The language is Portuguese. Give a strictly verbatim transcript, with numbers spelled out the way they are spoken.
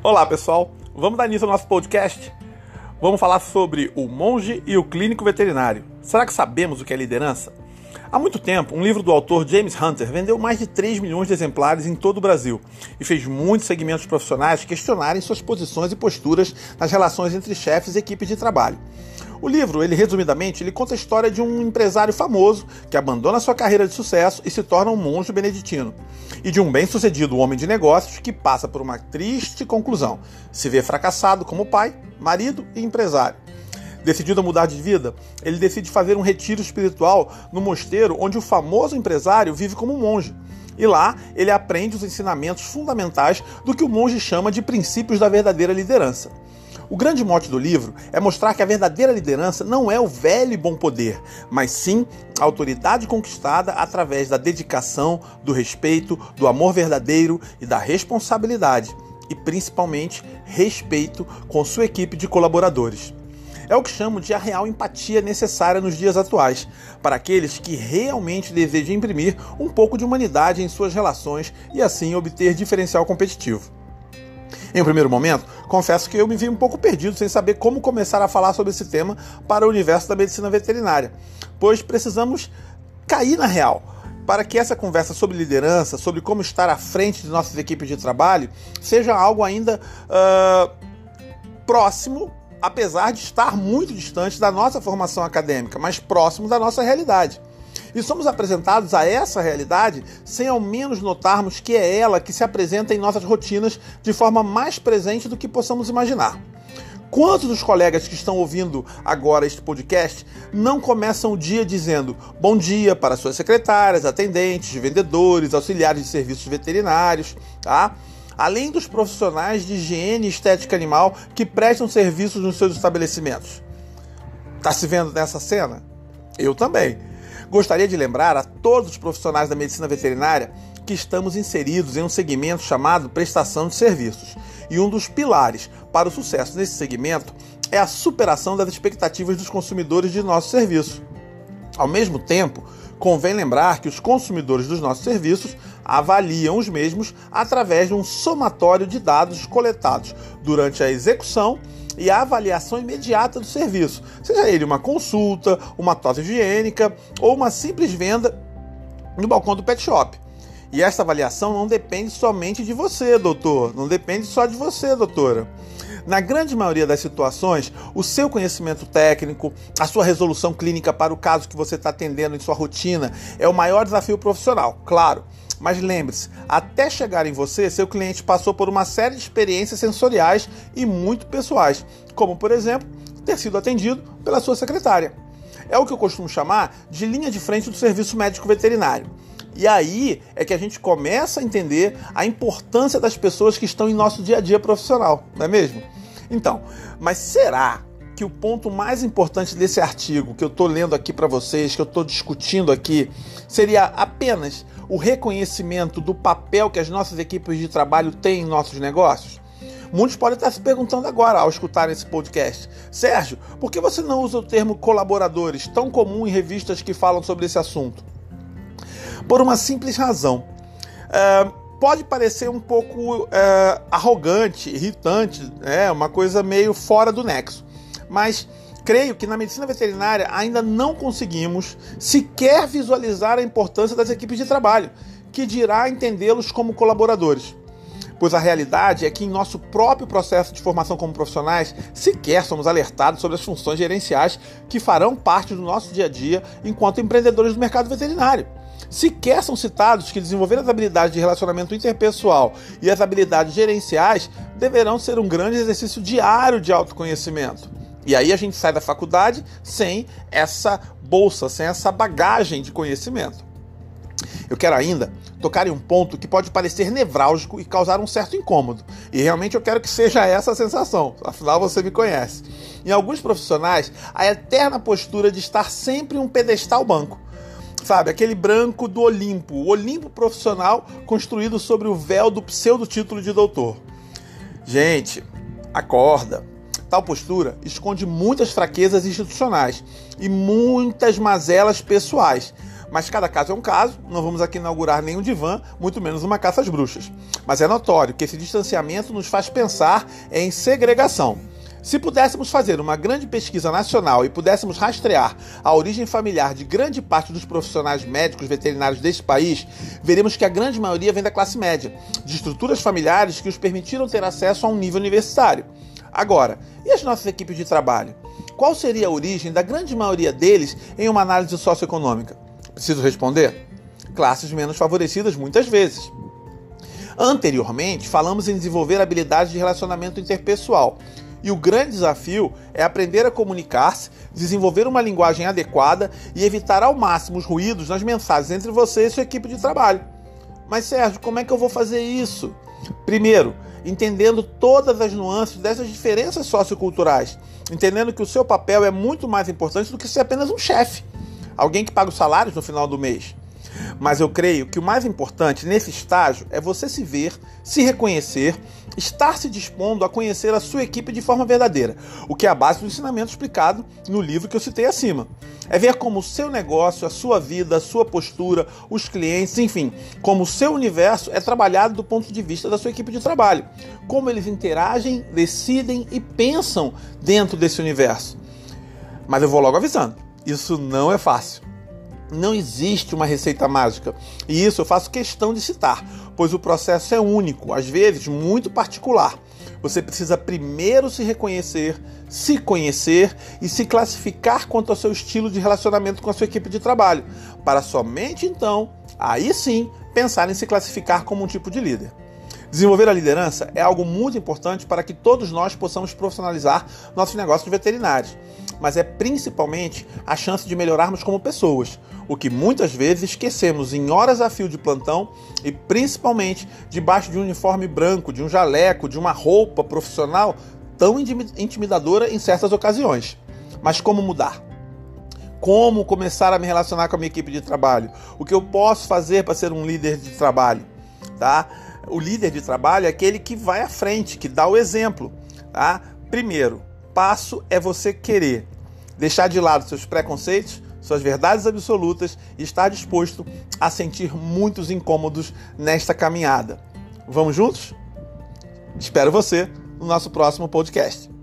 Olá pessoal, vamos dar início ao nosso podcast? Vamos falar sobre o monge e o clínico veterinário. Será que sabemos o que é liderança? Há muito tempo, um livro do autor James Hunter vendeu mais de três milhões de exemplares em todo o Brasil e fez muitos segmentos profissionais questionarem suas posições e posturas nas relações entre chefes e equipes de trabalho. O livro, ele resumidamente, ele conta a história de um empresário famoso que abandona sua carreira de sucesso e se torna um monge beneditino, e de um bem-sucedido homem de negócios que passa por uma triste conclusão: se vê fracassado como pai, marido e empresário. Decidido a mudar de vida, ele decide fazer um retiro espiritual no mosteiro onde o famoso empresário vive como monge. E lá ele aprende os ensinamentos fundamentais do que o monge chama de princípios da verdadeira liderança. O grande mote do livro é mostrar que a verdadeira liderança não é o velho e bom poder, mas sim a autoridade conquistada através da dedicação, do respeito, do amor verdadeiro e da responsabilidade, e principalmente respeito com sua equipe de colaboradores. É o que chamo de a real empatia necessária nos dias atuais, para aqueles que realmente desejam imprimir um pouco de humanidade em suas relações e assim obter diferencial competitivo. Em um primeiro momento, confesso que eu me vi um pouco perdido sem saber como começar a falar sobre esse tema para o universo da medicina veterinária, pois precisamos cair na real, para que essa conversa sobre liderança, sobre como estar à frente de nossas equipes de trabalho, seja algo ainda uh, próximo, apesar de estar muito distante da nossa formação acadêmica, mas próximo da nossa realidade. E somos apresentados a essa realidade sem ao menos notarmos que é ela que se apresenta em nossas rotinas de forma mais presente do que possamos imaginar. Quantos dos colegas que estão ouvindo agora este podcast não começam o dia dizendo bom dia para suas secretárias, atendentes, vendedores, auxiliares de serviços veterinários, tá? Além dos profissionais de higiene e estética animal que prestam serviços nos seus estabelecimentos. Tá se vendo nessa cena? Eu também. Gostaria de lembrar a todos os profissionais da medicina veterinária que estamos inseridos em um segmento chamado prestação de serviços. E um dos pilares para o sucesso nesse segmento é a superação das expectativas dos consumidores de nossos serviços. Ao mesmo tempo, convém lembrar que os consumidores dos nossos serviços avaliam os mesmos através de um somatório de dados coletados durante a execução e a avaliação imediata do serviço, seja ele uma consulta, uma tosse higiênica ou uma simples venda no balcão do pet shop. E essa avaliação não depende somente de você, doutor, não depende só de você, doutora. Na grande maioria das situações, o seu conhecimento técnico, a sua resolução clínica para o caso que você está atendendo em sua rotina é o maior desafio profissional, claro. Mas lembre-se, até chegar em você, seu cliente passou por uma série de experiências sensoriais e muito pessoais, como, por exemplo, ter sido atendido pela sua secretária. É o que eu costumo chamar de linha de frente do serviço médico veterinário. E aí é que a gente começa a entender a importância das pessoas que estão em nosso dia a dia profissional, não é mesmo? Então, mas será que o ponto mais importante desse artigo que eu estou lendo aqui para vocês, que eu estou discutindo aqui, seria apenas o reconhecimento do papel que as nossas equipes de trabalho têm em nossos negócios? Muitos podem estar se perguntando agora ao escutar esse podcast: Sérgio, por que você não usa o termo colaboradores, tão comum em revistas que falam sobre esse assunto? Por uma simples razão. Uh, pode parecer um pouco uh, arrogante, irritante, é uma coisa meio fora do nexo. Mas creio que na medicina veterinária ainda não conseguimos sequer visualizar a importância das equipes de trabalho, que dirá entendê-los como colaboradores. Pois a realidade é que em nosso próprio processo de formação como profissionais, sequer somos alertados sobre as funções gerenciais que farão parte do nosso dia a dia enquanto empreendedores do mercado veterinário. Sequer são citados que desenvolver as habilidades de relacionamento interpessoal e as habilidades gerenciais deverão ser um grande exercício diário de autoconhecimento. E aí a gente sai da faculdade sem essa bolsa, sem essa bagagem de conhecimento. Eu quero ainda tocar em um ponto que pode parecer nevrálgico e causar um certo incômodo. E realmente eu quero que seja essa a sensação, afinal você me conhece. Em alguns profissionais, a eterna postura de estar sempre em um pedestal banco. Sabe, aquele branco do Olimpo, o Olimpo profissional construído sobre o véu do pseudo-título de doutor. Gente, acorda. Tal postura esconde muitas fraquezas institucionais e muitas mazelas pessoais, Mas cada caso é um caso, não vamos aqui inaugurar nenhum divã, muito menos uma caça às bruxas. Mas é notório que esse distanciamento nos faz pensar em segregação. Se pudéssemos fazer uma grande pesquisa nacional e pudéssemos rastrear a origem familiar de grande parte dos profissionais médicos veterinários deste país, veremos que a grande maioria vem da classe média, de estruturas familiares que os permitiram ter acesso a um nível universitário. Agora, e as nossas equipes de trabalho? Qual seria a origem da grande maioria deles em uma análise socioeconômica? Preciso responder? Classes menos favorecidas muitas vezes. Anteriormente, falamos em desenvolver habilidades de relacionamento interpessoal. E o grande desafio é aprender a comunicar-se, desenvolver uma linguagem adequada e evitar ao máximo os ruídos nas mensagens entre você e sua equipe de trabalho. Mas Sérgio, como é que eu vou fazer isso? Primeiro, entendendo todas as nuances dessas diferenças socioculturais, entendendo que o seu papel é muito mais importante do que ser apenas um chefe, alguém que paga os salários no final do mês. Mas eu creio que o mais importante nesse estágio é você se ver, se reconhecer, estar se dispondo a conhecer a sua equipe de forma verdadeira, o que é a base do ensinamento explicado no livro que eu citei acima. É ver como o seu negócio, a sua vida, a sua postura, os clientes, enfim, como o seu universo é trabalhado do ponto de vista da sua equipe de trabalho, como eles interagem, decidem e pensam dentro desse universo. Mas eu vou logo avisando, isso não é fácil. Não existe uma receita mágica, e isso eu faço questão de citar, pois o processo é único, às vezes muito particular. Você precisa primeiro se reconhecer, se conhecer e se classificar quanto ao seu estilo de relacionamento com a sua equipe de trabalho, para somente então, aí sim, pensar em se classificar como um tipo de líder. Desenvolver a liderança é algo muito importante para que todos nós possamos profissionalizar nossos negócios veterinários, mas é principalmente a chance de melhorarmos como pessoas, o que muitas vezes esquecemos em horas a fio de plantão e principalmente debaixo de um uniforme branco, de um jaleco, de uma roupa profissional tão intimidadora em certas ocasiões. Mas como mudar? Como começar a me relacionar com a minha equipe de trabalho? O que eu posso fazer para ser um líder de trabalho? Tá? O líder de trabalho é aquele que vai à frente, que dá o exemplo. Tá? Primeiro passo é você querer deixar de lado seus preconceitos, suas verdades absolutas e estar disposto a sentir muitos incômodos nesta caminhada. Vamos juntos? Espero você no nosso próximo podcast.